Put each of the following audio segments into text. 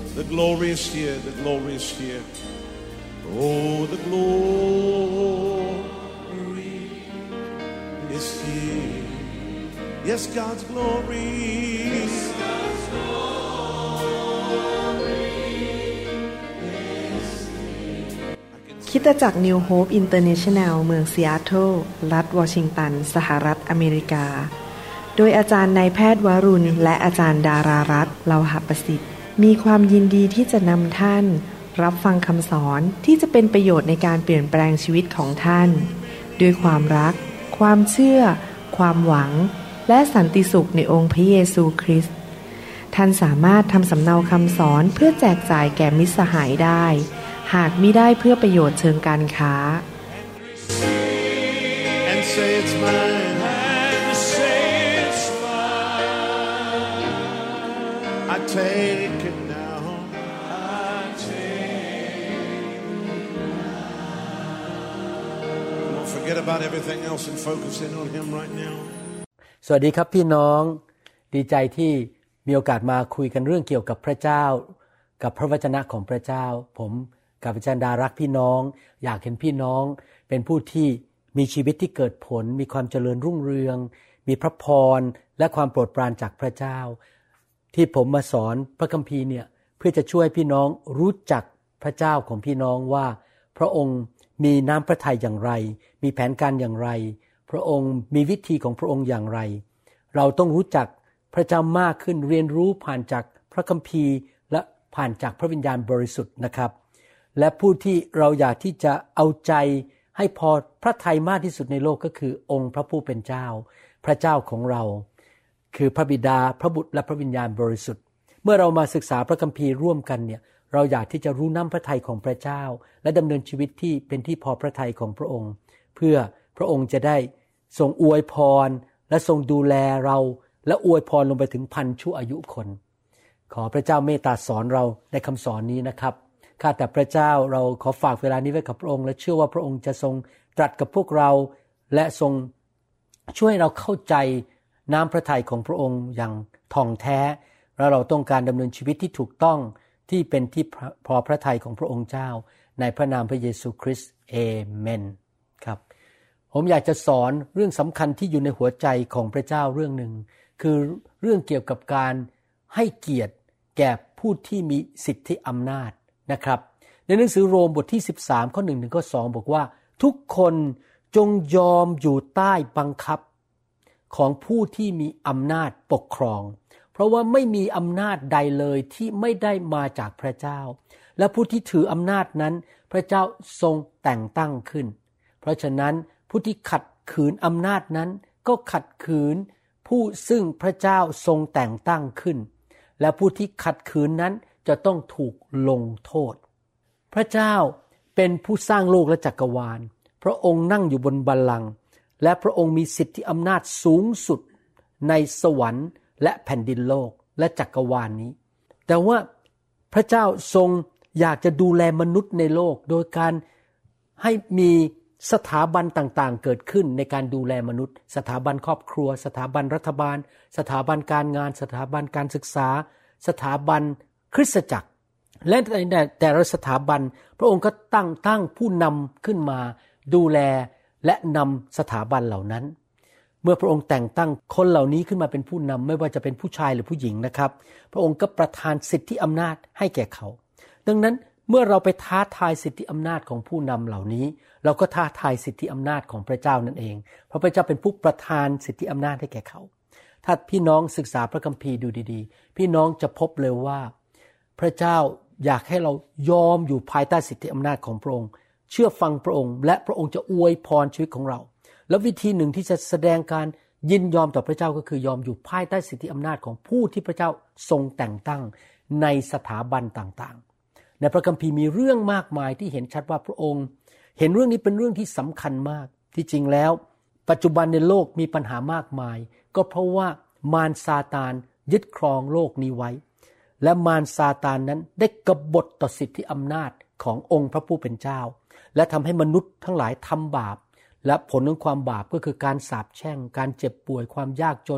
The glory is here. The glory is here. Oh, the glory is here. Yes, God's glory. Yes, God's glory is here. คริสตจักร New Hope International เมืองซีแอตเทิลรัฐวอชิงตันสหรัฐอเมริกาโดยอาจารย์นายแพทย์วรุณและอาจารย์ดารารัตน์เลาหประสิทธิ์มีความยินดีที่จะนำท่านรับฟังคำสอนที่จะเป็นประโยชน์ในการเปลี่ยนแปลงชีวิตของท่านด้วยความรักความเชื่อความหวังและสันติสุขในองค์พระเยซูคริสต์ท่านสามารถทำสำเนาคำสอนเพื่อแจกจ่ายแก่มิตรสหายได้หากมิได้เพื่อประโยชน์เชิงการค้า And say it's mine. And say it's mine. I take it now. I take it now. Don't forget about everything else and focus in on Him right now. สวัสดีครับพี่น้องดีใจที่มีโอกาสมาคุยกันเรื่องเกี่ยวกับพระเจ้ากับพระวจนะของพระเจ้าผมกับอาจารย์ดารักพี่น้องอยากเห็นพี่น้องเป็นผู้ที่มีชีวิตที่เกิดผลมีความเจริญรุ่งเรืองมีพระพรและความโปรดปรานจากพระเจ้าที่ผมมาสอนพระคัมภีร์เนี่ยเพื่อจะช่วยพี่น้องรู้จักพระเจ้าของพี่น้องว่าพระองค์มีน้ำพระทัยอย่างไรมีแผนการอย่างไรพระองค์มีวิธีของพระองค์อย่างไรเราต้องรู้จักพระเจ้ามากขึ้นเรียนรู้ผ่านจากพระคัมภีร์และผ่านจากพระวิญญาณบริสุทธิ์นะครับและผู้ที่เราอยากที่จะเอาใจให้พอพระทัยมากที่สุดในโลกก็คือองค์พระผู้เป็นเจ้าพระเจ้าของเราคือพระบิดาพระบุตรและพระวิญญาณบริสุทธิ์เมื่อเรามาศึกษาพระคัมภีร์ร่วมกันเนี่ยเราอยากที่จะรู้น้ำพระทัยของพระเจ้าและดำเนินชีวิตที่เป็นที่พอพระทัยของพระองค์เพื่อพระองค์จะได้ทรงอวยพรและทรงดูแลเราและอวยพรลงไปถึงพันชั่วอายุคนขอพระเจ้าเมตตาสอนเราในคำสอนนี้นะครับข้าแต่พระเจ้าเราขอฝากเวลานี้ไว้กับพระองค์และเชื่อว่าพระองค์จะทรงตรัสกับพวกเราและทรงช่วยเราเข้าใจน้ำพระทัยของพระองค์อย่างท่องแท้และเราต้องการดำเนินชีวิตที่ถูกต้องที่เป็นที่พอพระทัยของพระองค์เจ้าในพระนามพระเยซูคริสต์เอเมนครับผมอยากจะสอนเรื่องสำคัญที่อยู่ในหัวใจของพระเจ้าเรื่องหนึ่งคือเรื่องเกี่ยวกับการให้เกียรติแก่ผู้ที่มีสิทธิอำนาจนะครับในหนังสือโรมบทที่13ข้อ1ถึงข้อ2บอกว่าทุกคนจงยอมอยู่ใต้บังคับของผู้ที่มีอำนาจปกครองเพราะว่าไม่มีอำนาจใดเลยที่ไม่ได้มาจากพระเจ้าและผู้ที่ถืออำนาจนั้นพระเจ้าทรงแต่งตั้งขึ้นเพราะฉะนั้นผู้ที่ขัดขืนอำนาจนั้นก็ขัดขืนผู้ซึ่งพระเจ้าทรงแต่งตั้งขึ้นและผู้ที่ขัดขืนนั้นจะต้องถูกลงโทษพระเจ้าเป็นผู้สร้างโลกและจักรวาลพระองค์นั่งอยู่บนบัลลังก์และพระองค์มีสิทธิอำนาจสูงสุดในสวรรค์และแผ่นดินโลกและจักรวาลนี้แต่ว่าพระเจ้าทรงอยากจะดูแลมนุษย์ในโลกโดยการให้มีสถาบันต่างๆเกิดขึ้นในการดูแลมนุษย์สถาบันครอบครัวสถาบันรัฐบาลสถาบันการงานสถาบันการศึกษาสถาบันคริสตจักรและในแต่ละสถาบันพระองค์ก็ตั้งผู้นำขึ้นมาดูแลและนำสถาบันเหล่านั้นเมื่อพระองค์แต่งตั้งคนเหล่านี้ขึ้นมาเป็นผู้นำไม่ว่าจะเป็นผู้ชายหรือผู้หญิงนะครับพระองค์ก็ประทานสิทธิอำนาจให้แก่เขาดังนั้นเมื่อเราไปท้าทายสิทธิอำนาจของผู้นำเหล่านี้เราก็ท้าทายสิทธิอำนาจของพระเจ้านั่นเองเพราะพระเจ้าเป็นผู้ประทานสิทธิอำนาจให้แก่เขาถ้าพี่น้องศึกษาพระคัมภีร์ดูดีๆพี่น้องจะพบเลยว่าพระเจ้าอยากให้เรายอมอยู่ภายใต้สิทธิอำนาจของพระองค์เชื่อฟังพระองค์และพระองค์จะอวยพรชีวิตของเราแล้ววิธีหนึ่งที่จะแสดงการยินยอมต่อพระเจ้าก็คือยอมอยู่ภายใต้สิทธิอำนาจของผู้ที่พระเจ้าทรงแต่งตั้งในสถาบันต่างๆในพระคัมภีร์มีเรื่องมากมายที่เห็นชัดว่าพระองค์เห็นเรื่องนี้เป็นเรื่องที่สำคัญมากที่จริงแล้วปัจจุบันในโลกมีปัญหามากมายก็เพราะว่ามารซาตานยึดครองโลกนี้ไว้และมารซาตานนั้นได้กบฏต่อสิทธิอำนาจขององค์พระผู้เป็นเจ้าและทำให้มนุษย์ทั้งหลายทำบาปและผลของความบาปก็คือการสาปแช่งการเจ็บป่วยความยากจนป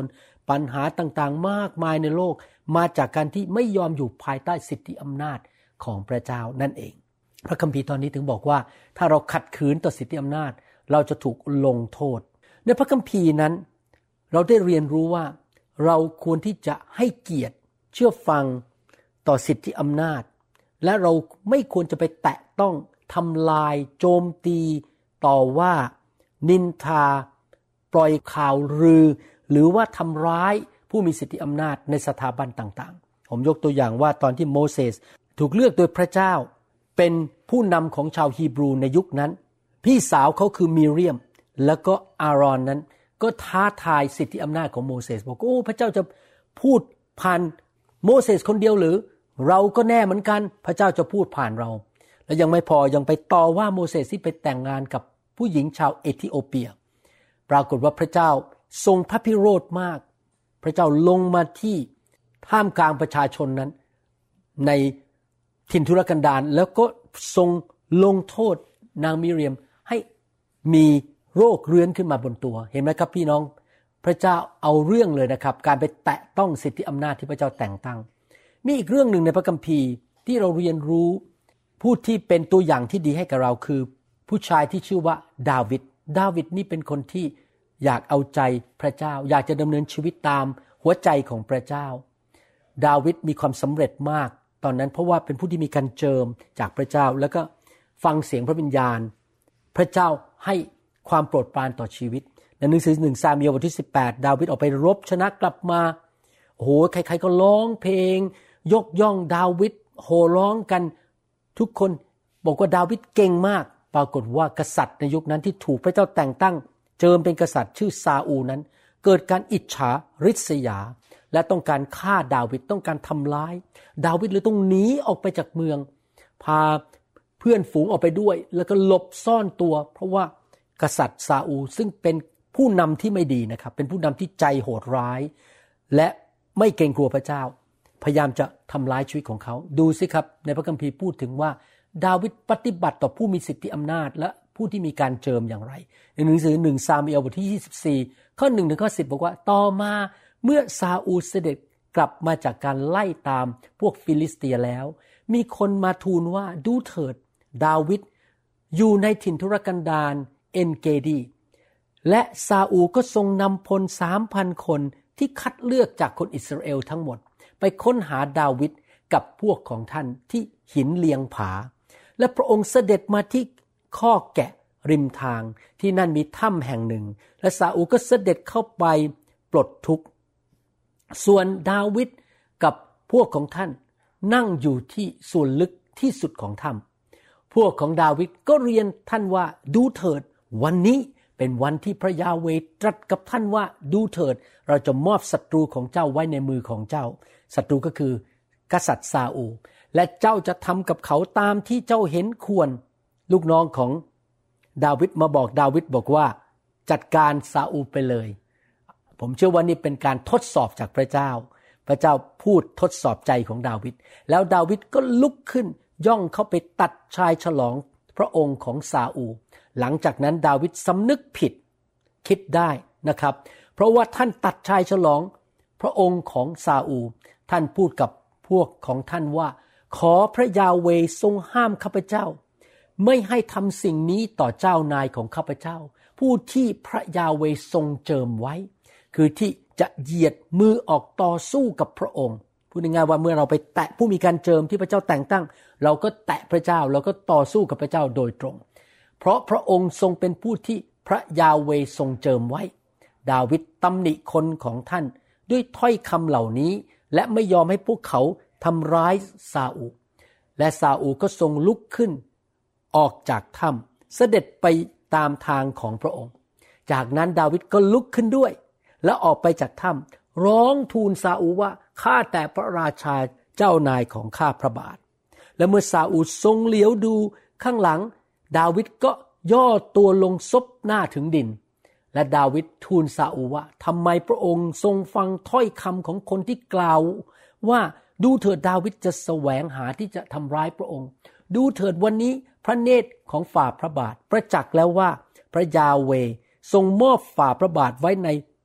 ปัญหาต่างๆมากมายในโลกมาจากการที่ไม่ยอมอยู่ภายใต้สิทธิอำนาจของพระเจ้านั่นเองพระคัมภีร์ตอนนี้ถึงบอกว่าถ้าเราขัดขืนต่อสิทธิอำนาจเราจะถูกลงโทษในพระคัมภีร์นั้นเราได้เรียนรู้ว่าเราควรที่จะให้เกียรติเชื่อฟังต่อสิทธิอำนาจและเราไม่ควรจะไปแตะต้องทำลายโจมตีต่อว่านินทาปล่อยข่าวลือหรือว่าทำร้ายผู้มีสิทธิอำนาจในสถาบันต่างๆผมยกตัวอย่างว่าตอนที่โมเสสถูกเลือกโดยพระเจ้าเป็นผู้นำของชาวฮีบรูในยุคนั้นพี่สาวเขาคือมิเรียมแล้วก็อาารอนนั้นก็ท้าทายสิทธิอำนาจของโมเสสบอกโอ้พระเจ้าจะพูดผ่านโมเสสคนเดียวหรือเราก็แน่เหมือนกันพระเจ้าจะพูดผ่านเราและยังไม่พอยังไปต่อว่าโมเสสที่ไปแต่งงานกับผู้หญิงชาวเอธิโอเปียปรากฏว่าพระเจ้าทรงพระพิโรธมากพระเจ้าลงมาที่ท่ามกลางประชาชนนั้นในถิ่นทุรกันดารแล้วก็ทรงลงโทษนางมิเรียมให้มีโรคเรื้อนขึ้นมาบนตัวเห็นไหมครับพี่น้องพระเจ้าเอาเรื่องเลยนะครับการไปแตะต้องสิทธิอำนาจที่พระเจ้าแต่งตั้งมีอีกเรื่องหนึ่งในพระคัมภีร์ที่เราเรียนรู้ผู้ที่เป็นตัวอย่างที่ดีให้กับเราคือผู้ชายที่ชื่อว่าดาวิดนี่เป็นคนที่อยากเอาใจพระเจ้าอยากจะดำเนินชีวิตตามหัวใจของพระเจ้าดาวิดมีความสำเร็จมากตอนนั้นเพราะว่าเป็นผู้ที่มีการเจิมจากพระเจ้าแล้วก็ฟังเสียงพระวิญญาณพระเจ้าให้ความโปรดปรานต่อชีวิตในหนังสือ1ซามูเอลบทที่18ดาวิดออกไปรบชนะกลับมาโอ้โหใครๆก็ร้องเพลงยกย่องดาวิดโห่ร้องกันทุกคนบอกว่าดาวิดเก่งมากปรากฏว่ากษัตริย์ในยุคนั้นที่ถูกพระเจ้าแต่งตั้งเจิมเป็นกษัตริย์ชื่อซาอูลนั้นเกิดการอิจฉาริษยาและต้องการฆ่าดาวิดต้องการทำร้ายดาวิดเลยต้องหนีออกไปจากเมืองพาเพื่อนฝูงออกไปด้วยแล้วก็หลบซ่อนตัวเพราะว่ากษัตริย์ซาอูลซึ่งเป็นผู้นำที่ไม่ดีนะครับเป็นผู้นำที่ใจโหดร้ายและไม่เกรงกลัวพระเจ้าพยายามจะทำร้ายชีวิตของเขาดูสิครับในพระคัมภีร์พูดถึงว่าดาวิดปฏิบัติต่อผู้มีสิทธิอำนาจและผู้ที่มีการเจิมอย่างไรในหนังสือ1ซามูเอลบทที่24ข้อ1ถึงข้อ10บอกว่าต่อมาเมื่อซาอูลเสด็จกลับมาจากการไล่ตามพวกฟิลิสเตียแล้วมีคนมาทูลว่าดูเถิดดาวิดอยู่ในถิ่นทุรกันดารเอ็นเกดีและซาอูลก็ทรงนำพล 3,000 คนที่คัดเลือกจากคนอิสราเอลทั้งหมดไปค้นหาดาวิดกับพวกของท่านที่หินเลียงผาและพระองค์เสด็จมาที่ข้อแกะริมทางที่นั่นมีถ้ำแห่งหนึ่งและซาอูลก็เสด็จเข้าไปปลดทุกข์ส่วนดาวิดกับพวกของท่านนั่งอยู่ที่ส่วนลึกที่สุดของถ้ำพวกของดาวิดก็เรียนท่านว่าดูเถิดวันนี้เป็นวันที่พระยาเวห์ตรัสกับท่านว่าดูเถิดเราจะมอบศัตรูของเจ้าไว้ในมือของเจ้าศัตรูก็คือกษัตริย์ซาอูลและเจ้าจะทำกับเขาตามที่เจ้าเห็นควรลูกน้องของดาวิดมาบอกดาวิดบอกว่าจัดการซาอูลไปเลยผมเชื่อว่านี่เป็นการทดสอบจากพระเจ้าพระเจ้าพูดทดสอบใจของดาวิดแล้วดาวิดก็ลุกขึ้นย่องเข้าไปตัดชายฉลองพระองค์ของซาอูลหลังจากนั้นดาวิดสำนึกผิดคิดได้นะครับเพราะว่าท่านตัดชายฉลองพระองค์ของซาอูลท่านพูดกับพวกของท่านว่าขอพระยาเวห์ทรงห้ามข้าพเจ้าไม่ให้ทำสิ่งนี้ต่อเจ้านายของข้าพเจ้าผู้ที่พระยาเวห์ทรงเจิมไว้คือที่จะเหยียดมือออกต่อสู้กับพระองค์พูดง่ายๆว่าเมื่อเราไปแตะผู้มีการเจิมที่พระเจ้าแต่งตั้งเราก็แตะพระเจ้าเราก็ต่อสู้กับพระเจ้าโดยตรงเพราะพระองค์ทรงเป็นผู้ที่พระยาเวห์ทรงเจิมไว้ดาวิดตำหนิคนของท่านด้วยถ้อยคำเหล่านี้และไม่ยอมให้พวกเขาทำร้ายซาอูลและซาอูลก็ทรงลุกขึ้นออกจากถ้ำเสด็จไปตามทางของพระองค์จากนั้นดาวิดก็ลุกขึ้นด้วยและออกไปจากถ้ำร้องทูลซาอูลว่าข้าแต่พระราชาเจ้านายของข้าพระบาทและเมื่อซาอูลทรงเหลียวดูข้างหลังดาวิดก็ย่อตัวลงซบหน้าถึงดินและดาวิดทูลซาอูลว่าทำไมพระองค์ทรงฟังถ้อยคำของคนที่กล่าวว่าดูเถิดดาวิดจะแสวงหาที่จะทำร้ายพระองค์ดูเถิดวันนี้พระเนตรของฝ่าพระบาทประจักษ์แล้วว่าพระยาเวห์ทรงมอบฝ่าพระบาทไว้ใน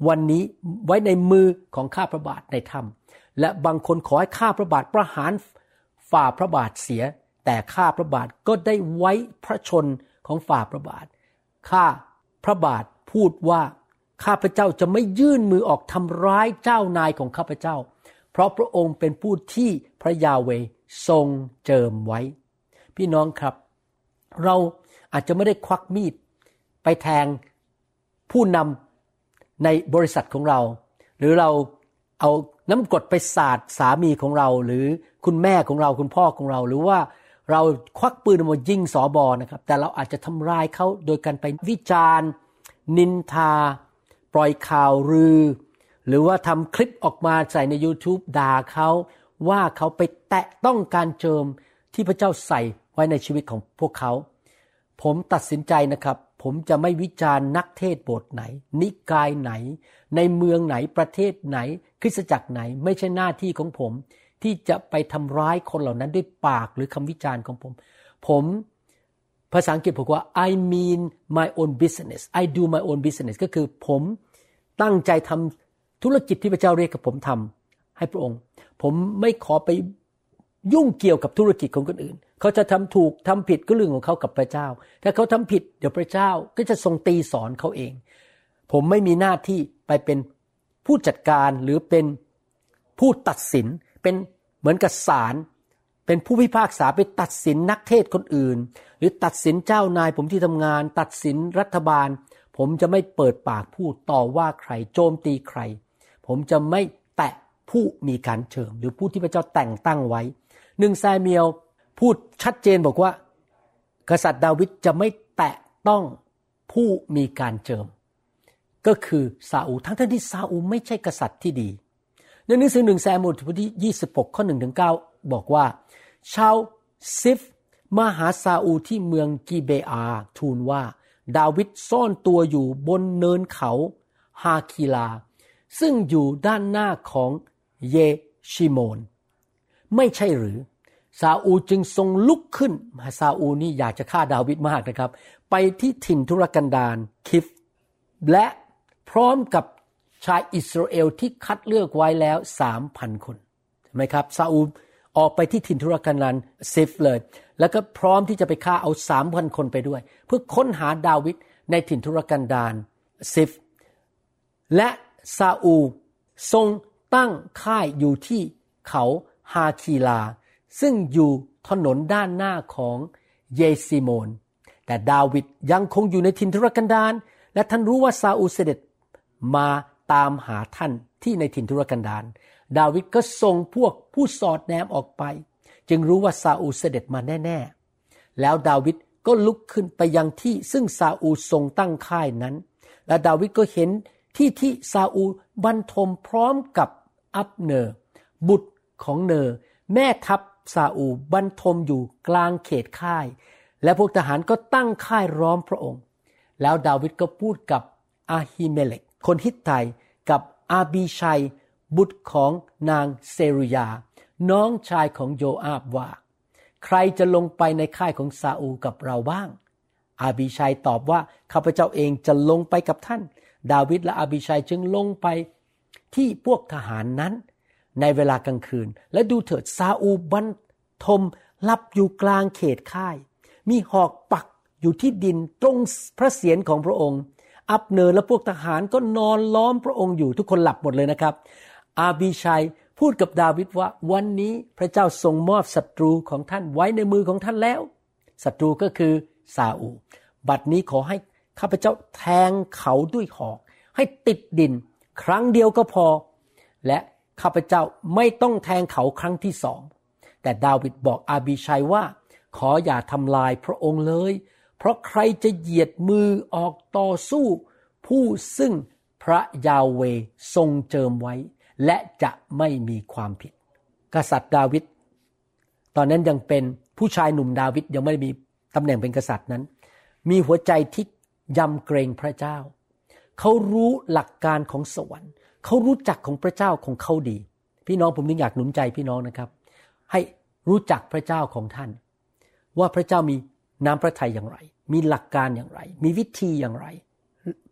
วันนี้ไว้ในมือของข้าพระบาทในถ้ำและบางคนขอให้ข้าพระบาทประหารฝ่าพระบาทเสียแต่ข้าพระบาทก็ได้ไว้พระชนของฝ่าพระบาทข้าพระบาทพูดว่าข้าพเจ้าจะไม่ยื่นมือออกทำร้ายเจ้านายของข้าพเจ้าเพราะพระองค์เป็นผู้ที่พระยาเวห์ทรงเจิมไว้พี่น้องครับเราอาจจะไม่ได้ควักมีดไปแทงผู้นำในบริษัทของเราหรือเราเอาน้ำกรดไปสาดสามีของเราหรือคุณแม่ของเราคุณพ่อของเราหรือว่าเราควักปืนมายิงสบนะครับแต่เราอาจจะทำร้ายเขาโดยการไปวิจารณ์นินทาปล่อยข่าวลือหรือว่าทำคลิปออกมาใส่ใน YouTube ด่าเขาว่าเขาไปแตะต้องการเจิมที่พระเจ้าใส่ไว้ในชีวิตของพวกเขาผมตัดสินใจนะครับผมจะไม่วิจารณ์นักเทศน์โบสถ์ไหนนิกายไหนในเมืองไหนประเทศไหนคริสตจักรไหนไม่ใช่หน้าที่ของผมที่จะไปทำร้ายคนเหล่านั้นด้วยปากหรือคำวิจารณ์ของผมภาษาอังกฤษบอกว่า I mean my own business I do my own business ก็คือผมตั้งใจทำธุรกิจที่พระเจ้าเรียกกับผมทำให้พระองค์ผมไม่ขอไปยุ่งเกี่ยวกับธุรกิจของคนอื่นเขาจะทำถูกทำผิดก็เรื่องของเขากับพระเจ้าถ้าเขาทำผิดเดี๋ยวพระเจ้าก็จะทรงตีสอนเขาเองผมไม่มีหน้าที่ไปเป็นผู้จัดการหรือเป็นผู้ตัดสินเป็นเหมือนกับศาลเป็นผู้พิพากษาไปตัดสินนักเทศน์คนอื่นหรือตัดสินเจ้านายผมที่ทำงานตัดสินรัฐบาลผมจะไม่เปิดปากพูดต่อว่าใครโจมตีใครผมจะไม่แตะผู้มีการเจิมหรือผู้ที่พระเจ้าแต่งตั้งไว้1ซามูเอลพูดชัดเจนบอกว่ากษัตริย์ดาวิดจะไม่แตะต้องผู้มีการเจิมก็คือซาอูลทั้งที่ซาอูลไม่ใช่กษัตริย์ที่ดีในหนังสือ1ซามูเอลบทที่26ข้อ1ถึง9บอกว่าชาวซิฟมาหาซาอูลที่เมืองกิเบอาทูลว่าดาวิดซ่อนตัวอยู่บนเนินเขาฮาคีลาซึ่งอยู่ด้านหน้าของเยชิโมนไม่ใช่หรือซาอูลจึงทรงลุกขึ้นซาอูลนี่อยากจะฆ่าดาวิดมากนะครับไปที่ถิ่นทุรกันดารคิฟและพร้อมกับชายอิสราเอลที่คัดเลือกไว้แล้ว 3,000 คนใช่ไหมครับซาอูลออกไปที่ถิ่นทุรกันดารซิฟเลยแล้วก็พร้อมที่จะไปฆ่าเอา 3,000 คนไปด้วยเพื่อค้นหาดาวิดในถิ่นทุรกันดารซิฟและซาอูลทรงตั้งค่ายอยู่ที่เขาฮาคีลาซึ่งอยู่ถนนด้านหน้าของเยซิโมนแต่ดาวิดยังคงอยู่ในถิ่นทุรกันดารและท่านรู้ว่าซาอูลเสด็จมาตามหาท่านที่ในถิ่นทุรกันดารดาวิดก็ส่งพวกผู้สอดแนมออกไปจึงรู้ว่าซาอูลเสด็จมาแน่ๆแล้วดาวิดก็ลุกขึ้นไปยังที่ซึ่งซาอูลทรงตั้งค่ายนั้นและดาวิดก็เห็นที่ซาอูลบรรทมพร้อมกับอับเนอร์บุตรของเนอร์แม่ทัพซาอูลบรรทมอยู่กลางเขตค่ายและพวกทหารก็ตั้งค่ายล้อมพระองค์แล้วดาวิดก็พูดกับอาฮิเมเลกคนฮิตไทกับอาบีชัยบุตรของนางเซรุยาน้องชายของโยอาบว่าใครจะลงไปในค่ายของซาอูลกับเราบ้างอาบีชัยตอบว่าข้าพเจ้าเองจะลงไปกับท่านดาวิดและอาบีชัยจึงลงไปที่พวกทหารนั้นในเวลากลางคืนและดูเถิดซาอูลบรรทมหลับอยู่กลางเขตค่ายมีหอกปักอยู่ที่ดินตรงพระเศียรของพระองค์อับเนอร์และพวกทหารก็นอนล้อมพระองค์อยู่ทุกคนหลับหมดเลยนะครับอาบีชัยพูดกับดาวิดว่าวันนี้พระเจ้าทรงมอบศัตรูของท่านไว้ในมือของท่านแล้วศัตรูก็คือซาอูลบัดนี้ขอให้ข้าพเจ้าแทงเขาด้วยหอกให้ติดดินครั้งเดียวก็พอและข้าพเจ้าไม่ต้องแทงเขาครั้งที่สองแต่ดาวิดบอกอาบีชัยว่าขออย่าทำลายพระองค์เลยเพราะใครจะเหยียดมือออกต่อสู้ผู้ซึ่งพระยาเวห์ทรงเจิมไว้และจะไม่มีความผิดกษัตริย์ดาวิดตอนนั้นยังเป็นผู้ชายหนุ่มดาวิดยังไม่ได้มีตำแหน่งเป็นกษัตริย์นั้นมีหัวใจที่ยำเกรงพระเจ้าเขารู้หลักการของสวรรค์เขารู้จักของพระเจ้าของเขาดีพี่น้องผมอยากหนุนใจพี่น้องนะครับให้รู้จักพระเจ้าของท่านว่าพระเจ้ามีน้ำพระทัยอย่างไรมีหลักการอย่างไรมีวิธีอย่างไร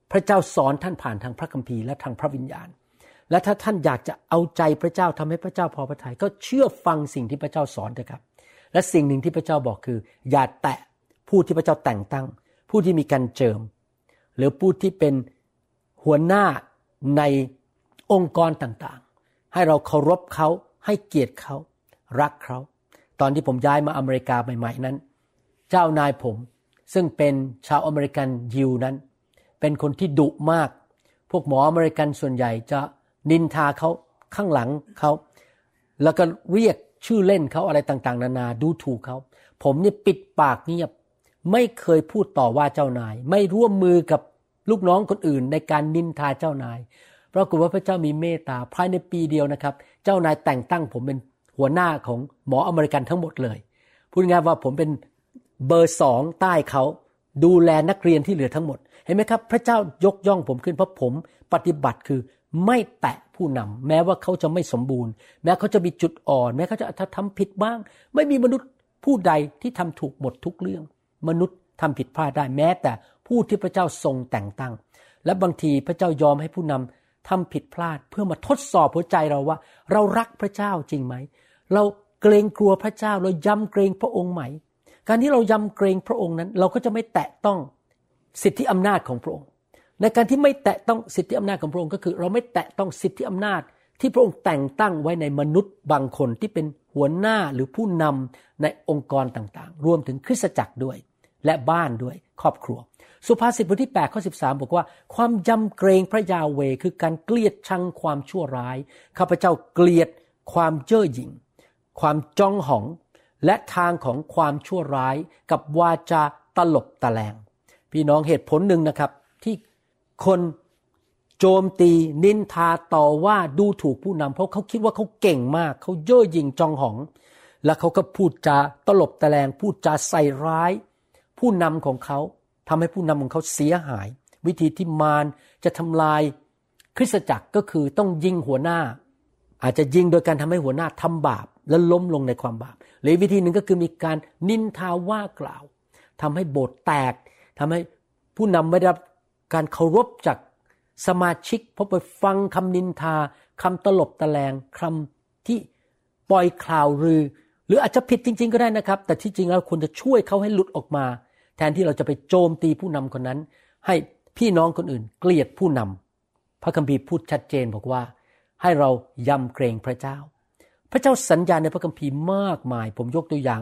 พระเจ้าสอนท่านผ่านทางพระคัมภีร์และทางพระวิญญาณและถ้าท่านอยากจะเอาใจพระเจ้าทำให้พระเจ้าพอพระทัยก็เชื่อฟังสิ่งที่พระเจ้าสอนเถอะครับและสิ่งหนึ่งที่พระเจ้าบอกคืออย่าแตะผู้ที่พระเจ้าแต่งตั้งผู้ที่มีการเจิมหรือผู้ที่เป็นหัวหน้าในองค์กรต่างๆให้เราเคารพเขาให้เกียรติเขารักเขาตอนที่ผมย้ายมาอเมริกาใหม่ๆนั้นเจ้านายผมซึ่งเป็นชาวอเมริกันยิวนั้นเป็นคนที่ดุมากพวกหมออเมริกันส่วนใหญ่จะนินทาเขาข้างหลังเขาแล้วก็เรียกชื่อเล่นเขาอะไรต่างๆนานาดูถูกเขาผมนี่ปิดปากเงียบไม่เคยพูดต่อว่าเจ้านายไม่ร่วมมือกับลูกน้องคนอื่นในการนินทาเจ้านายปรากฏว่าพระเจ้ามีเมตตาภายในปีเดียวนะครับเจ้านายแต่งตั้งผมเป็นหัวหน้าของหมออเมริกันทั้งหมดเลยพูดง่ายว่าผมเป็นเบอร์2ใต้เขาดูแลนักเรียนที่เหลือทั้งหมดเห็นไหมครับพระเจ้ายกย่องผมขึ้นเพราะผมปฏิบัติคือไม่แตะผู้นำแม้ว่าเขาจะไม่สมบูรณ์แม้เขาจะมีจุดอ่อนแม้เขาจะทำผิดบ้างไม่มีมนุษย์ผู้ใดที่ทำถูกหมดทุกเรื่องมนุษย์ทำผิดพลาดได้แม้แต่ผู้ที่พระเจ้าทรงแต่งตั้งและบางทีพระเจ้ายอมให้ผู้นำทำผิดพลาดเพื่อมาทดสอบหัวใจเราว่าเรารักพระเจ้าจริงไหมเราเกรงกลัวพระเจ้าเรายำเกรงพระองค์ไหมการที่เรายำเกรงพระองค์นั้นเราก็จะไม่แตะต้องสิทธิอำนาจของพระองค์ในการที่ไม่แตะต้องสิทธิอำนาจของพระองค์ก็คือเราไม่แตะต้องสิทธิอำนาจที่พระองค์แต่งตั้งไว้ในมนุษย์บางคนที่เป็นหัวหน้าหรือผู้นำในองค์กรต่างๆรวมถึงคริสตจักรด้วยและบ้านด้วยครอบครัวสุภาษิตบทที่8ข้อ13บอกว่าความยำเกรงพระยาเวห์คือการเกลียดชังความชั่วร้ายข้าพเจ้าเกลียดความเย่อหยิ่งความจ้องหองและทางของความชั่วร้ายกับวาจาตลบตะแลงพี่น้องเหตุผลหนึ่งนะครับที่คนโจมตีนินทาต่อว่าดูถูกผู้นำเพราะเขาคิดว่าเขาเก่งมากเขาเย่อหยิ่งจองหองและเขาก็พูดจาตลบตะแลงพูดจาใส่ร้ายผู้นำของเขาทำให้ผู้นำของเขาเสียหายวิธีที่มารจะทำลายคริสตจักรก็คือต้องยิงหัวหน้าอาจจะยิงโดยการทำให้หัวหน้าทำบาปและล้มลงในความบาปหรือวิธีหนึ่งก็คือมีการนินทาว่ากล่าวทำให้โบสถ์แตกทำให้ผู้นำไม่ได้รับการเคารพจากสมาชิกเพราะไปฟังคำนินทาคำตลบตะแลงคำที่ปล่อยข่าวลือหรืออาจจะผิดจริงๆก็ได้นะครับแต่ที่จริงแล้วควรจะช่วยเขาให้หลุดออกมาแทนที่เราจะไปโจมตีผู้นำคนนั้นให้พี่น้องคนอื่นเกลียดผู้นำพระคัมภีร์พูดชัดเจนบอกว่าให้เรายำเกรงพระเจ้าพระเจ้าสัญญาในพระคัมภีร์มากมายผมยกตัวอย่าง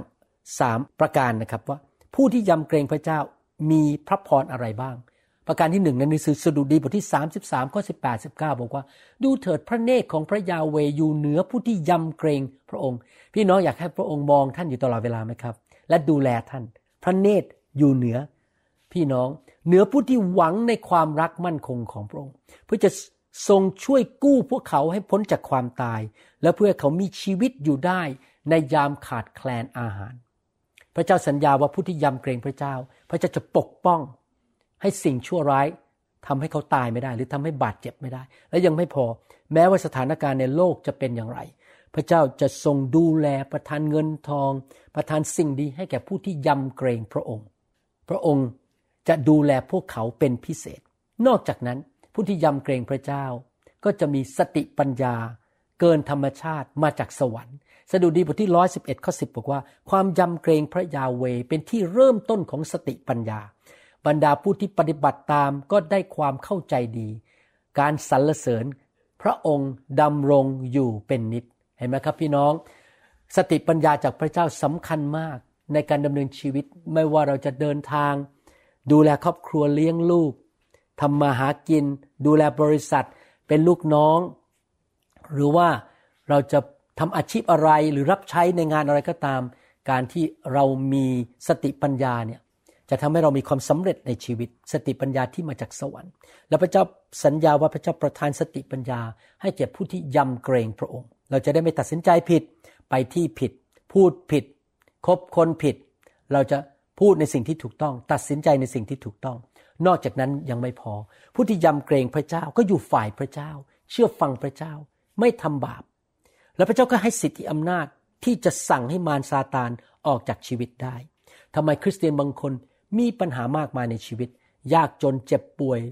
3ประการนะครับว่าผู้ที่ยำเกรงพระเจ้ามีพระพรอะไรบ้างประการที่1ในหนังสือสดุดีบทที่33ข้อ18 19บอกว่าดูเถิดพระเนตรของพระยาเวห์อยู่เหนือผู้ที่ยำเกรงพระองค์พี่น้องอยากให้พระองค์มองท่านอยู่ตลอดเวลาไหมครับและดูแลท่านพระเนตรอยู่เหนือพี่น้องเหนือผู้ที่หวังในความรักมั่นคงของพระองค์เพื่อจะทรงช่วยกู้พวกเขาให้พ้นจากความตายและเพื่อเขามีชีวิตอยู่ได้ในยามขาดแคลนอาหารพระเจ้าสัญญาว่าผู้ที่ยำเกรงพระเจ้าพระเจ้าจะปกป้องให้สิ่งชั่วร้ายทำให้เขาตายไม่ได้หรือทำให้บาดเจ็บไม่ได้และยังไม่พอแม้ว่าสถานการณ์ในโลกจะเป็นอย่างไรพระเจ้าจะทรงดูแลประทานเงินทองประทานสิ่งดีให้แก่ผู้ที่ยำเกรงพระองค์พระองค์จะดูแลพวกเขาเป็นพิเศษนอกจากนั้นผู้ที่ยำเกรงพระเจ้าก็จะมีสติปัญญาเกินธรรมชาติมาจากสวรรค์สดุดีบทที่111ข้อ10บอกว่าความยำเกรงพระยาเวห์เป็นที่เริ่มต้นของสติปัญญาบรรดาผู้ที่ปฏิบัติตามก็ได้ความเข้าใจดีการสรรเสริญพระองค์ดำรงอยู่เป็นนิจเห็นไหมครับพี่น้องสติปัญญาจากพระเจ้าสำคัญมากในการดำเนินชีวิตไม่ว่าเราจะเดินทางดูแลครอบครัวเลี้ยงลูกทำมาหากินดูแลบริษัทเป็นลูกน้องหรือว่าเราจะทำอาชีพอะไรหรือรับใช้ในงานอะไรก็ตามการที่เรามีสติปัญญาเนี่ยจะทำให้เรามีความสำเร็จในชีวิตสติปัญญาที่มาจากสวรรค์และพระเจ้าสัญญาว่าพระเจ้าประทานสติปัญญาให้แก่ผู้ที่ยำเกรงพระองค์เราจะได้ไม่ตัดสินใจผิดไปที่ผิดพูดผิดคบคนผิดเราจะพูดในสิ่งที่ถูกต้องตัดสินใจในสิ่งที่ถูกต้องนอกจากนั้นยังไม่พอผู้ที่ยำเกรงพระเจ้าก็อยู่ฝ่ายพระเจ้าเชื่อฟังพระเจ้าไม่ทำบาปและพระเจ้าก็ให้สิทธิอำนาจที่จะสั่งให้มารซาตานออกจากชีวิตได้ทำไมคริสเตียนบางคนมีปัญหามากมายในชีวิตยากจนเจ็บป่วย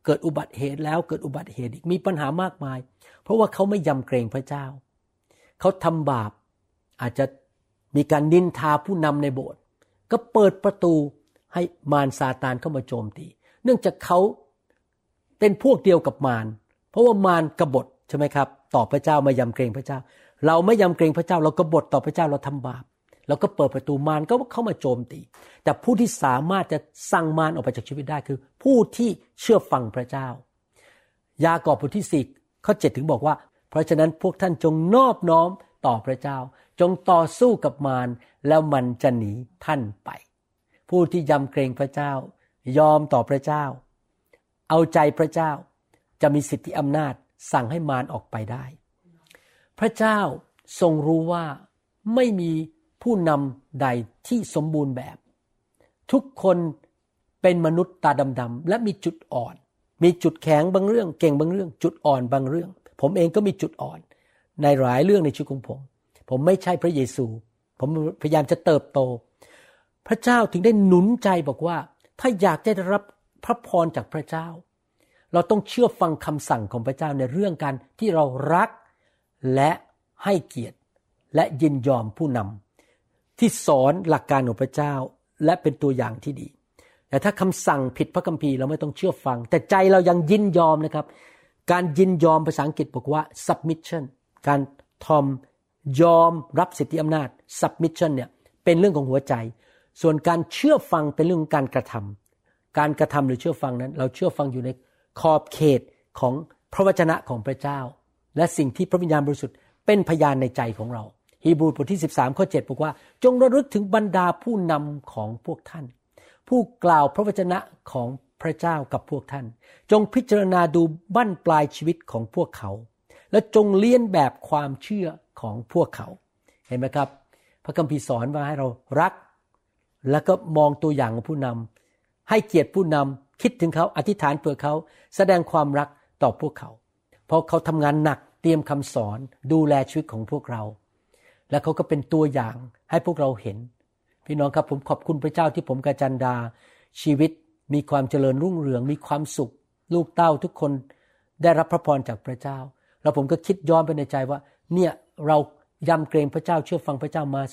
เกิดอุบัติเหตุแล้วเกิดอุบัติเหตุอีกมีปัญหามากมายเพราะว่าเขาไม่ยำเกรงพระเจ้าเขาทำบาปอาจจะมีการนินทาผู้นำในโบสถ์ก็เปิดประตูให้มารซาตานเข้ามาโจมตีเนื่องจากเขาเป็นพวกเดียวกับมารเพราะว่ามารกบฏใช่ไหมครับต่อพระเจ้าไม่ยำเกรงพระเจ้าเราไม่ยำเกรงพระเจ้าเรากบฏต่อพระเจ้าเราทำบาปเราก็เปิดประตูมารก็เข้ามาโจมตีแต่ผู้ที่สามารถจะสั่งมารออกไปจากชีวิตได้คือผู้ที่เชื่อฟังพระเจ้ายากอบบทที่4ข้อ7ถึงบอกว่าเพราะฉะนั้นพวกท่านจงนอบน้อมต่อพระเจ้าจงต่อสู้กับมารแล้วมันจะหนีท่านไปผู้ที่ยำเกรงพระเจ้ายอมต่อพระเจ้าเอาใจพระเจ้าจะมีสิทธิอำนาจสั่งให้มารออกไปได้พระเจ้าทรงรู้ว่าไม่มีผู้นำใดที่สมบูรณ์แบบทุกคนเป็นมนุษย์ตาดำๆและมีจุดอ่อนมีจุดแข็งบางเรื่องเก่งบางเรื่องจุดอ่อนบางเรื่องผมเองก็มีจุดอ่อนในหลายเรื่องในชีวิตของผมไม่ใช่พระเยซูผมพยายามจะเติบโตพระเจ้าถึงได้หนุนใจบอกว่าถ้าอยากจะได้รับพระพรจากพระเจ้าเราต้องเชื่อฟังคำสั่งของพระเจ้าในเรื่องการที่เรารักและให้เกียรติและยินยอมผู้นำที่สอนหลักการของพระเจ้าและเป็นตัวอย่างที่ดีแต่ถ้าคำสั่งผิดพระคัมภีร์เราไม่ต้องเชื่อฟังแต่ใจเรายังยินยอมนะครับการยินยอมภาษาอังกฤษบอกว่า submission การทอมยอมรับสิทธิอำนาจ submission เนี่ยเป็นเรื่องของหัวใจส่วนการเชื่อฟังเป็นเรื่องของการกระทำการกระทำหรือเชื่อฟังนั้นเราเชื่อฟังอยู่ในขอบเขตของพระวจนะของพระเจ้าและสิ่งที่พระวิญญาณบริสุทธิ์เป็นพยานในใจของเราฮีบรูบทที่13ข้อ7บอกว่าจงระลึกถึงบรรดาผู้นำของพวกท่านผู้กล่าวพระวจนะของพระเจ้ากับพวกท่านจงพิจารณาดูบั้นปลายชีวิตของพวกเขาและจงเลียนแบบความเชื่อของพวกเขาเห็นไหมครับพระคัมภีร์สอนว่าให้เรารักแล้วก็มองตัวอย่างของผู้นำให้เกียรติผู้นำคิดถึงเขาอธิษฐานเพื่อเขาแสดงความรักต่อพวกเขาเพราะเขาทำงานหนักเตรียมคำสอนดูแลชีวิตของพวกเราและเขาก็เป็นตัวอย่างให้พวกเราเห็นพี่น้องครับผมขอบคุณพระเจ้าที่ผมกับจันดาชีวิตมีความเจริญรุ่งเรืองมีความสุขลูกเต้าทุกคนได้รับพระพรจากพระเจ้าแล้วผมก็คิดย้อนไปในใจว่าเนี่ยเรายำเกรงพระเจ้าเชื่อฟังพระเจ้ามา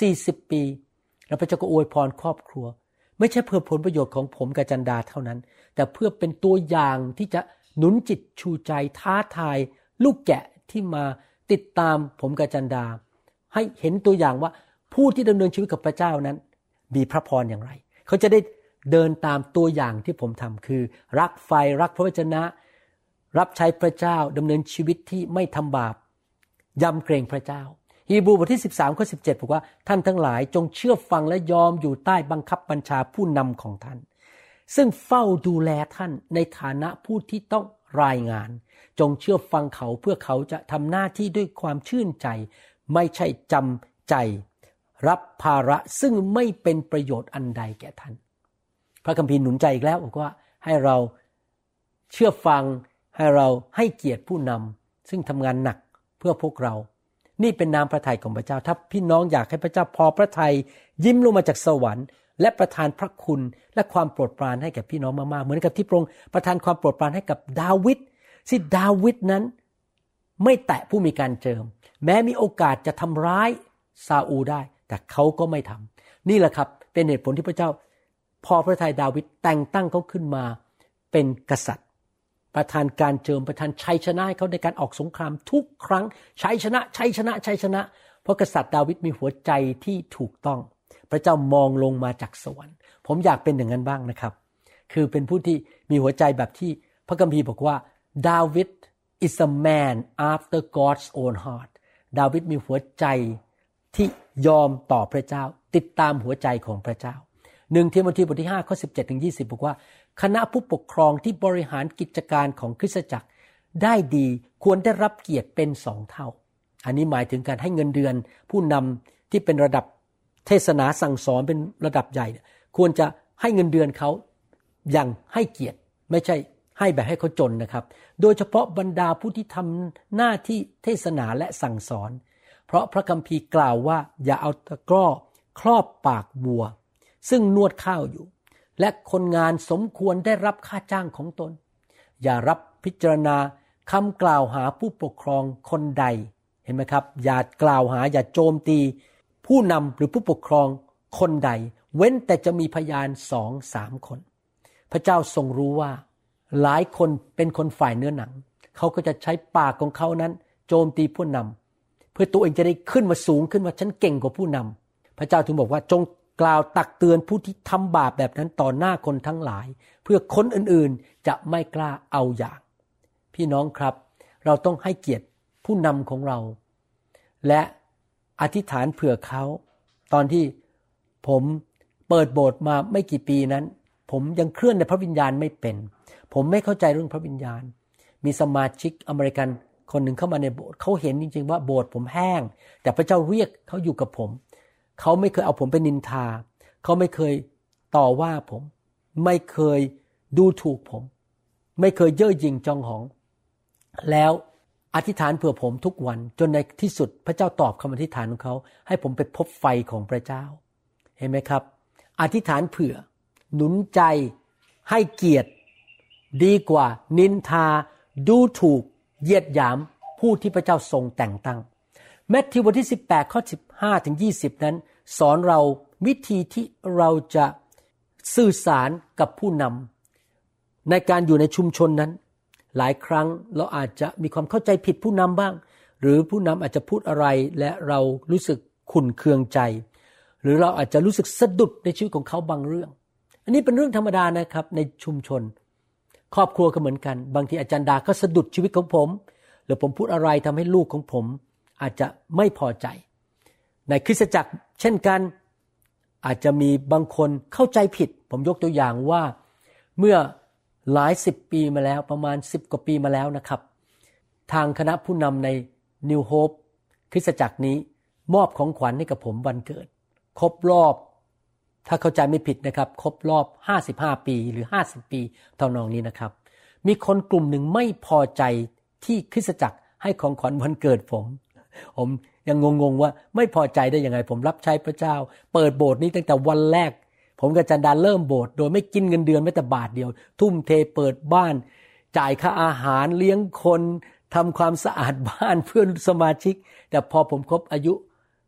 40ปีแล้วพระเจ้าก็อวยพรครอบครัวไม่ใช่เพื่อผลประโยชน์ของผมกับจันดาเท่านั้นแต่เพื่อเป็นตัวอย่างที่จะหนุนจิตชูใจท้าทายลูกแกะที่มาติดตามผมกับจันดาให้เห็นตัวอย่างว่าผู้ที่ดำเนินชีวิตกับพระเจ้านั้นมีพระพรอย่างไรเขาจะได้เดินตามตัวอย่างที่ผมทำคือรักไฟรักพระวจนะรับใช้พระเจ้าดำเนินชีวิตที่ไม่ทำบาปยำเกรงพระเจ้าฮีบรูบทที่13ข้อ17บอกว่าท่านทั้งหลายจงเชื่อฟังและยอมอยู่ใต้บังคับบัญชาผู้นำของท่านซึ่งเฝ้าดูแลท่านในฐานะผู้ที่ต้องรายงานจงเชื่อฟังเขาเพื่อเขาจะทำหน้าที่ด้วยความชื่นใจไม่ใช่จำใจรับภาระซึ่งไม่เป็นประโยชน์อันใดแก่ท่านพระคัมภีร์หนุนใจอีกแล้วบอกว่าให้เราเชื่อฟังให้เราให้เกียรติผู้นำซึ่งทำงานหนักเพื่อพวกเรานี่เป็นน้ำพระทัยของพระเจ้าถ้าพี่น้องอยากให้พระเจ้าพอพระทัยยิ้มลงมาจากสวรรค์และประทานพระคุณและความโปรดปรานให้แก่พี่น้องมากๆเหมือนกับที่พระองค์ประทานความโปรดปรานให้กับดาวิดที่ดาวิดนั้นไม่แตะผู้มีการเจิมแม้มีโอกาสจะทำร้ายซาอูลได้แต่เขาก็ไม่ทำนี่แหละครับเป็นเหตุผลที่พระเจ้าพอพระทัยดาวิดแต่งตั้งเขาขึ้นมาเป็นกษัตริย์ประทานการเจิมประทานชัยชนะให้เขาในการออกสงครามทุกครั้งชัยชนะชัยชนะชัยชนะเพราะกษัตริย์ดาวิดมีหัวใจที่ถูกต้องพระเจ้ามองลงมาจากสวรรค์ผมอยากเป็นอย่างนั้นบ้างนะครับคือเป็นผู้ที่มีหัวใจแบบที่พระคัมภีร์บอกว่าดาวิด is a man after God's own heart ดาวิดมีหัวใจที่ยอมต่อพระเจ้าติดตามหัวใจของพระเจ้า1ทิโมธีบทที่5ข้อ17ถึง20บอกว่าคณะผู้ปกครองที่บริหารกิจการของคริสตจักรได้ดีควรได้รับเกียรติเป็น2เท่าอันนี้หมายถึงการให้เงินเดือนผู้นำที่เป็นระดับเทศนาสั่งสอนเป็นระดับใหญ่ควรจะให้เงินเดือนเขาอย่างให้เกียรติไม่ใช่ให้แบบให้เขาจนนะครับโดยเฉพาะบรรดาผู้ที่ทำหน้าที่เทศนาและสั่งสอนเพราะพระคัมภีร์กล่าวว่าอย่าเอาตะกร้อครอบปากวัวซึ่งนวดข้าวอยู่และคนงานสมควรได้รับค่าจ้างของตนอย่ารับพิจารณาคำกล่าวหาผู้ปกครองคนใดเห็นไหมครับอย่ากล่าวหาอย่าโจมตีผู้นำหรือผู้ปกครองคนใดเว้นแต่จะมีพยาน 2-3 คนพระเจ้าทรงรู้ว่าหลายคนเป็นคนฝ่ายเนื้อหนังเขาก็จะใช้ปากของเขานั้นโจมตีผู้นำเพื่อตัวเองจะได้ขึ้นมาสูงขึ้นว่าฉันเก่งกว่าผู้นำพระเจ้าถึงบอกว่าจงกล่าวตักเตือนผู้ที่ทำบาปแบบนั้นต่อหน้าคนทั้งหลายเพื่อคนอื่นๆจะไม่กล้าเอาอย่างพี่น้องครับเราต้องให้เกียรติผู้นำของเราและอธิษฐานเผื่อเขาตอนที่ผมเปิดโบสถ์มาไม่กี่ปีนั้นผมยังเคลื่อนในพระวิญญาณไม่เป็นผมไม่เข้าใจเรื่องพระวิญญาณมีสมาชิกอเมริกันคนหนึ่งเข้ามาในโบสถ์เขาเห็นจริงๆว่าโบสถ์ผมแห้งแต่พระเจ้าเรียกเขาอยู่กับผมเขาไม่เคยเอาผมไปนินทาเขาไม่เคยต่อว่าผมไม่เคยดูถูกผมไม่เคยเย่อหยิ่งจองหองแล้วอธิษฐานเผื่อผมทุกวันจนในที่สุดพระเจ้าตอบคำอธิษฐานของเขาให้ผมไปพบไฟของพระเจ้าเห็นไหมครับอธิษฐานเผื่อหนุนใจให้เกียรติดีกว่านินทาดูถูกเหยียดหยามผู้ที่พระเจ้าทรงแต่งตั้งมัทธิวบทที่18ข้อ15ถึง20นั้นสอนเราวิธีที่เราจะสื่อสารกับผู้นำในการอยู่ในชุมชนนั้นหลายครั้งเราอาจจะมีความเข้าใจผิดผู้นำบ้างหรือผู้นำอาจจะพูดอะไรและเรารู้สึกขุ่นเคืองใจหรือเราอาจจะรู้สึกสะดุดในชีวิตของเขาบางเรื่องอันนี้เป็นเรื่องธรรมดานะครับในชุมชนครอบครัวก็เหมือนกันบางทีอาจารย์ดาก็สะดุดชีวิตของผมหรือผมพูดอะไรทำให้ลูกของผมอาจจะไม่พอใจในคริสตจักรเช่นกันอาจจะมีบางคนเข้าใจผิดผมยกตัวอย่างว่าเมื่อหลาย10 ปีมาแล้วประมาณ10 กว่าปีมาแล้วนะครับทางคณะผู้นำใน New Hope คริสตจักรนี้มอบของขวัญให้กับผมวันเกิดครบรอบถ้าเข้าใจไม่ผิดนะครับครบรอบ55 ปีหรือ50 ปีเท่านองนี้นะครับมีคนกลุ่มหนึ่งไม่พอใจที่คริสตจักรให้ของขวัญวันเกิดผมยังงงๆว่าไม่พอใจได้ยังไงผมรับใช้พระเจ้าเปิดโบสถ์นี้ตั้งแต่วันแรกผมกับจันดาเริ่มโบสถ์โดยไม่กินเงินเดือนแม้แต่บาทเดียวทุ่มเทเปิดบ้านจ่ายค่าอาหารเลี้ยงคนทำความสะอาดบ้านเพื่อนสมาชิกแต่พอผมครบอายุ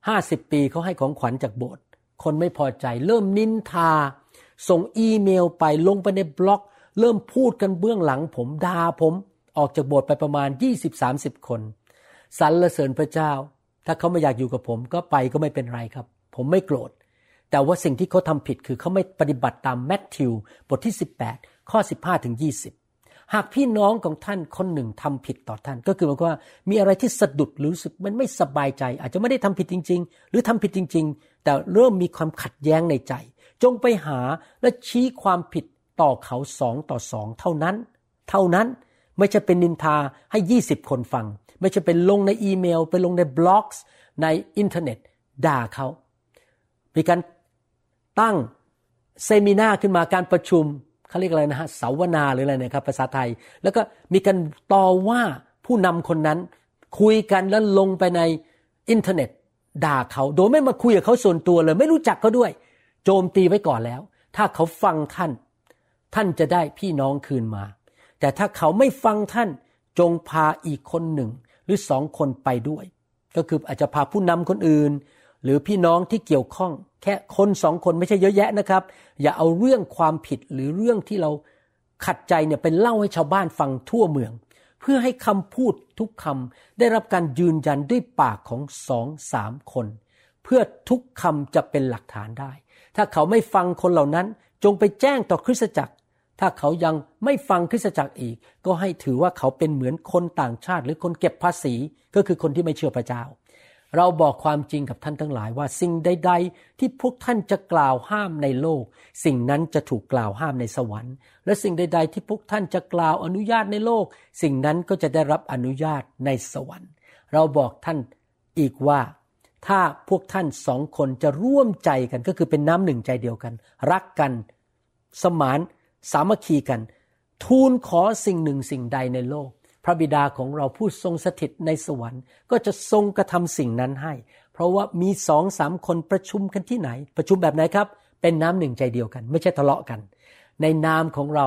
50 ปีเขาให้ของขวัญจากโบสถ์คนไม่พอใจเริ่มนินทาส่งอีเมลไปลงไปในบล็อกเริ่มพูดกันเบื้องหลังผมด่าผมออกจากโบสถ์ไปประมาณ 20-30 คนสรรเสริญพระเจ้าถ้าเขาไม่อยากอยู่กับผมก็ไปก็ไม่เป็นไรครับผมไม่โกรธแต่ว่าสิ่งที่เขาทำผิดคือเขาไม่ปฏิบัติตามมัทธิวบทที่18ข้อ15ถึง20หากพี่น้องของท่านคนหนึ่งทำผิดต่อท่านก็คือหมายความว่ามีอะไรที่สะดุดหรือรู้สึกมันไม่สบายใจอาจจะไม่ได้ทำผิดจริงๆหรือทำผิดจริงๆแต่เริ่มมีความขัดแย้งในใจจงไปหาและชี้ความผิดต่อเขา2 ต่อ 2เท่านั้นไม่ใช่เป็นนินทาให้20 คนฟังไม่ใช่เป็นลงในอีเมลไปลงในบล็อกส์ในอินเทอร์เน็ตด่าเขามีการตั้งเซมินาขึ้นมาการประชุมเขาเรียกอะไรนะฮะเสาวนาหรืออะไรนะครับภาษาไทยแล้วก็มีการต่อว่าผู้นำคนนั้นคุยกันแล้วลงไปในอินเทอร์เน็ตด่าเขาโดยไม่มาคุยกับเขาส่วนตัวเลยไม่รู้จักเขาด้วยโจมตีไว้ก่อนแล้วถ้าเขาฟังท่านจะได้พี่น้องคืนมาแต่ถ้าเขาไม่ฟังท่านจงพาอีกคนหนึ่งหรือ2 คนไปด้วยก็คืออาจจะพาผู้นำคนอื่นหรือพี่น้องที่เกี่ยวข้องแค่คน2 คนไม่ใช่เยอะแยะนะครับอย่าเอาเรื่องความผิดหรือเรื่องที่เราขัดใจเนี่ยเป็นเล่าให้ชาวบ้านฟังทั่วเมืองเพื่อให้คำพูดทุกคำได้รับการยืนยันด้วยปากของ2-3 คนเพื่อทุกคำจะเป็นหลักฐานได้ถ้าเขาไม่ฟังคนเหล่านั้นจงไปแจ้งต่อคริสตจักรถ้าเขายังไม่ฟังคริสตจักรอีกก็ให้ถือว่าเขาเป็นเหมือนคนต่างชาติหรือคนเก็บภาษีก็คือคนที่ไม่เชื่อพระเจ้าเราบอกความจริงกับท่านทั้งหลายว่าสิ่งใดๆที่พวกท่านจะกล่าวห้ามในโลกสิ่งนั้นจะถูกกล่าวห้ามในสวรรค์และสิ่งใดๆที่พวกท่านจะกล่าวอนุญาตในโลกสิ่งนั้นก็จะได้รับอนุญาตในสวรรค์เราบอกท่านอีกว่าถ้าพวกท่าน2 คนจะร่วมใจกันก็คือเป็นน้ำหนึ่งใจเดียวกันรักกันสมานสามัคคีกันทูลขอสิ่งหนึ่งสิ่งใดในโลกพระบิดาของเราผู้ทรงสถิตในสวรรค์ก็จะทรงกระทำสิ่งนั้นให้เพราะว่ามี 2-3 คนประชุมกันที่ไหนประชุมแบบไหนครับเป็นน้ำหนึ่งใจเดียวกันไม่ใช่ทะเลาะกันในนามของเรา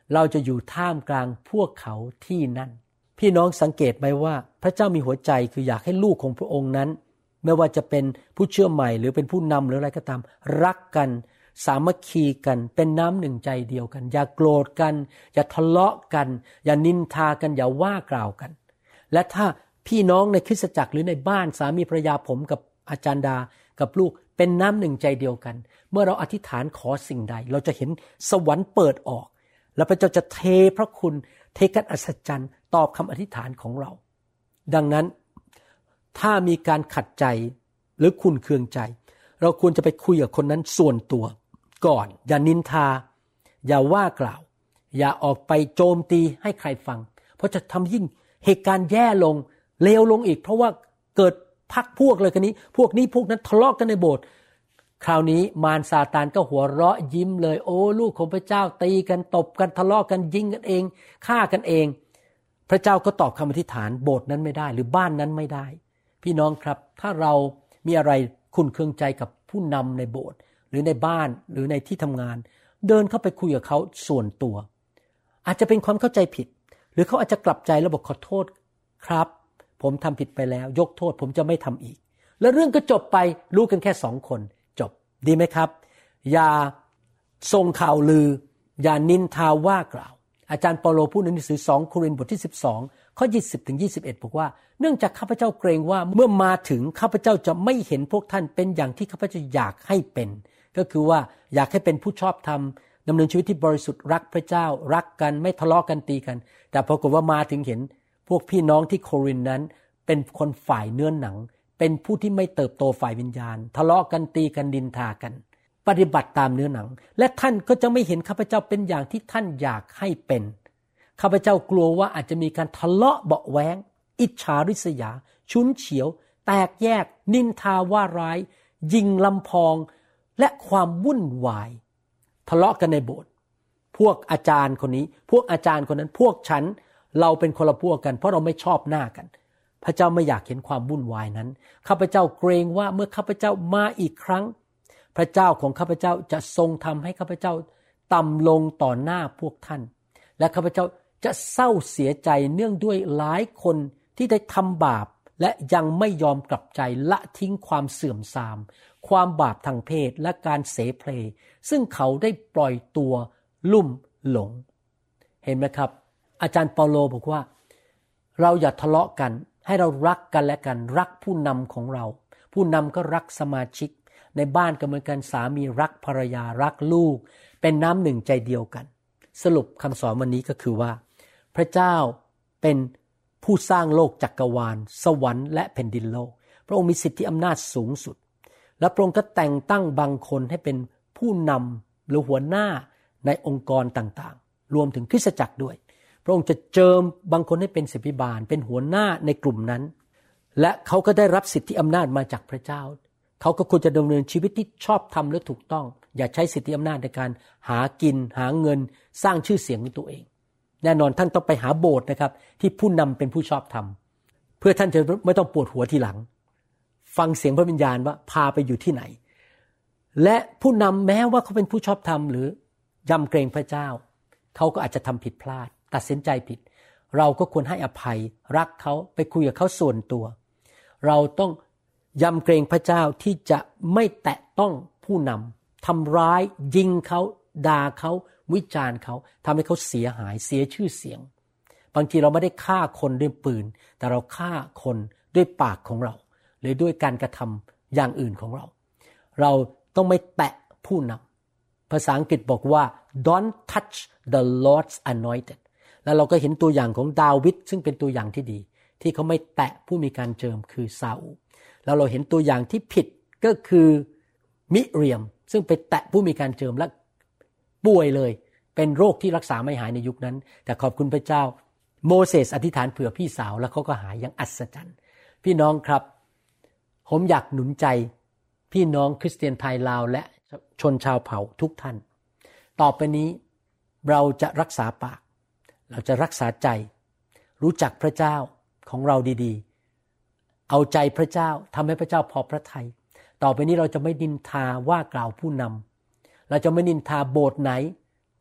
เราจะอยู่ท่ามกลางพวกเขาที่นั่นพี่น้องสังเกตไหมว่าพระเจ้ามีหัวใจคืออยากให้ลูกของพระองค์นั้นไม่ว่าจะเป็นผู้เชื่อใหม่หรือเป็นผู้นำหรืออะไรก็ตามรักกันสามัคคีกันเป็นน้ำหนึ่งใจเดียวกันอย่าโกรธกันอย่าทะเลาะกันอย่านินทากันอย่าว่ากล่าวกันและถ้าพี่น้องในคริสตจักรหรือในบ้านสามีภรรยาผมกับอาจารย์ดากับลูกเป็นน้ำหนึ่งใจเดียวกันเมื่อเราอธิษฐานขอสิ่งใดเราจะเห็นสวรรค์เปิดออกและพระเจ้าจะเทพระคุณเทการอัศจรรย์ตอบคำอธิษฐานของเราดังนั้นถ้ามีการขัดใจหรือขุ่นเคืองใจเราควรจะไปคุยกับคนนั้นส่วนตัวก่อนอย่านินทาอย่าว่ากล่าวอย่าออกไปโจมตีให้ใครฟังเพราะจะทำยิ่งเหตุการณ์แย่ลงเลวลงอีกเพราะว่าเกิดพักพวกเลยกันนี้พวกนั้นทะเลาะกันในโบสถ์คราวนี้มารซาตานก็หัวเราะยิ้มเลยโอ้ลูกของพระเจ้าตีกันตบกันทะเลาะกันยิงกันเองฆ่ากันเองพระเจ้าก็ตอบคำอธิษฐานโบสถ์นั้นไม่ได้หรือบ้านนั้นไม่ได้พี่น้องครับถ้าเรามีอะไรขุ่นเคืองใจกับผู้นำในโบสถ์หรือในบ้านหรือในที่ทำงานเดินเข้าไปคุยกับเขาส่วนตัวอาจจะเป็นความเข้าใจผิดหรือเขาอาจจะกลับใจแล้วบอกขอโทษครับผมทำผิดไปแล้วยกโทษผมจะไม่ทำอีกแล้วเรื่องก็จบไปรู้กันแค่2 คนจบดีไหมครับอย่าส่งข่าวลืออย่านินทาว่ากล่าวอาจารย์เปาโลพูดในหนังสือ2 โครินธ์บทที่12ข้อ20ถึง21บอกว่าเนื่องจากข้าพเจ้าเกรงว่าเมื่อมาถึงข้าพเจ้าจะไม่เห็นพวกท่านเป็นอย่างที่ข้าพเจ้าอยากให้เป็นก็คือว่าอยากให้เป็นผู้ชอบธรรมดำเนินชีวิตที่บริสุทธิ์รักพระเจ้ารักกันไม่ทะเลาะกันตีกันแต่ปรากฏว่ามาถึงเห็นพวกพี่น้องที่โครินธ์นั้นเป็นคนฝ่ายเนื้อหนังเป็นผู้ที่ไม่เติบโตฝ่ายวิญญาณทะเลาะกันตีกันดินทากันปฏิบัติตามเนื้อหนังและท่านก็จะไม่เห็นข้าพเจ้าเป็นอย่างที่ท่านอยากให้เป็นข้าพเจ้ากลัวว่าอาจจะมีการทะเลาะเบาะแว้งอิจฉาริษยาฉุนเฉียวแตกแยกนินทาว่าร้ายยิงลำพองและความวุ่นวายทะเลาะกันในโบสถ์พวกอาจารย์คนนี้พวกอาจารย์คนนั้นพวกฉันเราเป็นคนละพวกกันเพราะเราไม่ชอบหน้ากันพระเจ้าไม่อยากเห็นความวุ่นวายนั้นข้าพเจ้าเกรงว่าเมื่อข้าพเจ้ามาอีกครั้งพระเจ้าของข้าพเจ้าจะทรงทำให้ข้าพเจ้าต่ำลงต่อหน้าพวกท่านและข้าพเจ้าจะเศร้าเสียใจเนื่องด้วยหลายคนที่ได้ทำบาปและยังไม่ยอมกลับใจละทิ้งความเสื่อมทรามความบาปทางเพศและการเสเพลซึ่งเขาได้ปล่อยตัวลุ่มหลงเห็นไหมครับอาจารย์เปาโลบอกว่าเราอย่าทะเลาะกันให้เรารักกันและกันรักผู้นำของเราผู้นำก็รักสมาชิกในบ้านก็เหมือนกันสามีรักภรรยารักลูกเป็นน้ำหนึ่งใจเดียวกันสรุปคำสอนวันนี้ก็คือว่าพระเจ้าเป็นผู้สร้างโลกจักรวาลสวรรค์และแผ่นดินโลกพระองค์มีสิทธิอำนาจสูงสุดและพระองค์ก็แต่งตั้งบางคนให้เป็นผู้นำหรือหัวหน้าในองค์กรต่างๆรวมถึงคริสตจักรด้วยพระองค์จะเจิมบางคนให้เป็นศิษย์บาลเป็นหัวหน้าในกลุ่มนั้นและเขาก็ได้รับสิทธิอำนาจมาจากพระเจ้าเขาก็ควรจะดำเนินชีวิตที่ชอบธรรมและถูกต้องอย่าใช้สิทธิอำนาจในการหากินหาเงินสร้างชื่อเสียงของตัวเองแน่นอนท่านต้องไปหาโบสถ์นะครับที่ผู้นำเป็นผู้ชอบธรรมเพื่อท่านจะไม่ต้องปวดหัวทีหลังฟังเสียงพระวิญญาณว่าพาไปอยู่ที่ไหนและผู้นำแม้ว่าเขาเป็นผู้ชอบธรรมหรือยำเกรงพระเจ้าเขาก็อาจจะทำผิดพลาดตัดสินใจผิดเราก็ควรให้อภัยรักเขาไปคุยกับเขาส่วนตัวเราต้องยำเกรงพระเจ้าที่จะไม่แตะต้องผู้นำทำร้ายยิงเขาด่าเขาวิจารณ์เขาทำให้เขาเสียหายเสียชื่อเสียงบางทีเราไม่ได้ฆ่าคนด้วยปืนแต่เราฆ่าคนด้วยปากของเราหรือด้วยการกระทำอย่างอื่นของเราเราต้องไม่แตะผู้นำภาษาอังกฤษบอกว่า don't touch the Lord's anointed แล้วเราก็เห็นตัวอย่างของดาวิดซึ่งเป็นตัวอย่างที่ดีที่เขาไม่แตะผู้มีการเจิมคือซาอูลแล้วเราเห็นตัวอย่างที่ผิดก็คือมิเรียมซึ่งไปแตะผู้มีการเจิมและป่วยเลยเป็นโรคที่รักษาไม่หายในยุคนั้นแต่ขอบคุณพระเจ้าโมเสสอธิษฐานเผื่อพี่สาวแล้วเขาก็หายอย่างอัศจรรย์พี่น้องครับผมอยากหนุนใจพี่น้องคริสเตียนไทยลาวและชนชาวเผ่าทุกท่านต่อไปนี้เราจะรักษาปากเราจะรักษาใจรู้จักพระเจ้าของเราดีๆเอาใจพระเจ้าทำให้พระเจ้าพอพระทัยต่อไปนี้เราจะไม่นินทาว่ากล่าวผู้นำเราจะไม่นินทาโบสถ์ไหน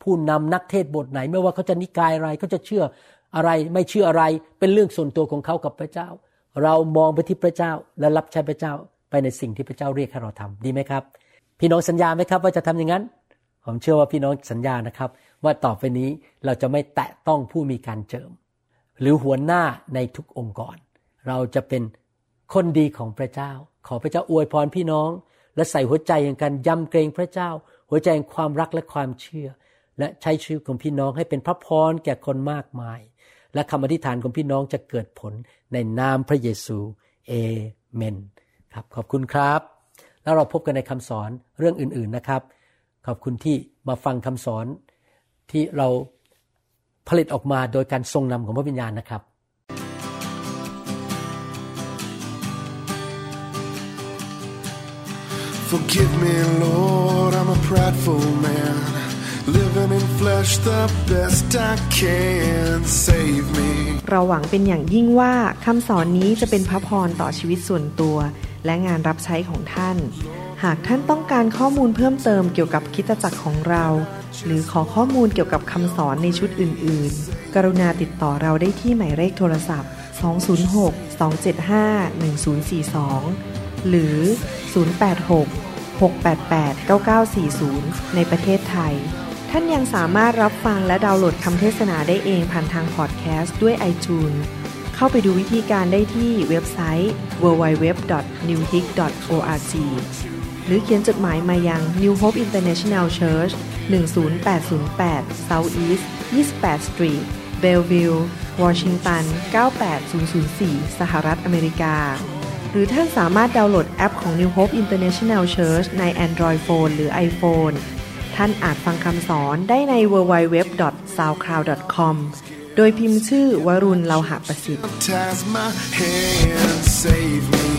ผู้นำนักเทศน์บทไหนไม่ว่าเขาจะนิกายอะไรเขาจะเชื่ออะไรไม่เชื่ออะไรเป็นเรื่องส่วนตัวของเขากับพระเจ้าเรามองไปที่พระเจ้าและรับใช้พระเจ้าไปในสิ่งที่พระเจ้าเรียกให้เราทำดีไหมครับพี่น้องสัญญาไหมครับว่าจะทำอย่างนั้นผมเชื่อว่าพี่น้องสัญญานะครับว่าต่อไปนี้เราจะไม่แตะต้องผู้มีการเจิมหรือหัวหน้าในทุกองค์กรเราจะเป็นคนดีของพระเจ้าขอพระเจ้าอวยพรพี่น้องและใส่หัวใจแห่งการยำเกรงพระเจ้าหัวใจแห่งความรักและความเชื่อและใช้ชีวิตของพี่น้องให้เป็นพระพรแก่คนมากมายและคำอธิษฐานของพี่น้องจะเกิดผลในนามพระเยซูเอเมนครับขอบคุณครับแล้วเราพบกันในคำสอนเรื่องอื่นๆนะครับขอบคุณที่มาฟังคำสอนที่เราผลิตออกมาโดยการทรงนำของพระวิญญาณนะครับ Forgive me, Lord, I'm a prideful man, living in flesh the best I can. Save me. เราหวังเป็นอย่างยิ่งว่าคำสอนนี้จะเป็นพระพรต่อชีวิตส่วนตัวและงานรับใช้ของท่านหากท่านต้องการข้อมูลเพิ่มเติมเกี่ยวกับคริสตจักรของเราหรือขอข้อมูลเกี่ยวกับคำสอนในชุดอื่นๆกรุณาติดต่อเราได้ที่หมายเลขโทรศัพท์206-275-1042หรือ086-688-9940ในประเทศไทยท่านยังสามารถรับฟังและดาวน์โหลดคำเทศนาได้เองผ่านทางพอดแคสต์ด้วย iTunes เข้าไปดูวิธีการได้ที่เว็บไซต์ www.newhope.org หรือเขียนจดหมายมายัง New Hope International Church 10808 South East 28 Street Bellevue Washington 98004 สหรัฐอเมริกาหรือท่านสามารถดาวน์โหลดแอปของ New Hope International Church ใน Android Phone หรือ iPhone ท่านอาจฟังคำสอนได้ใน www.soundcloud.com โดยพิมพ์ชื่อวรุณ เลาหะประสิทธิ์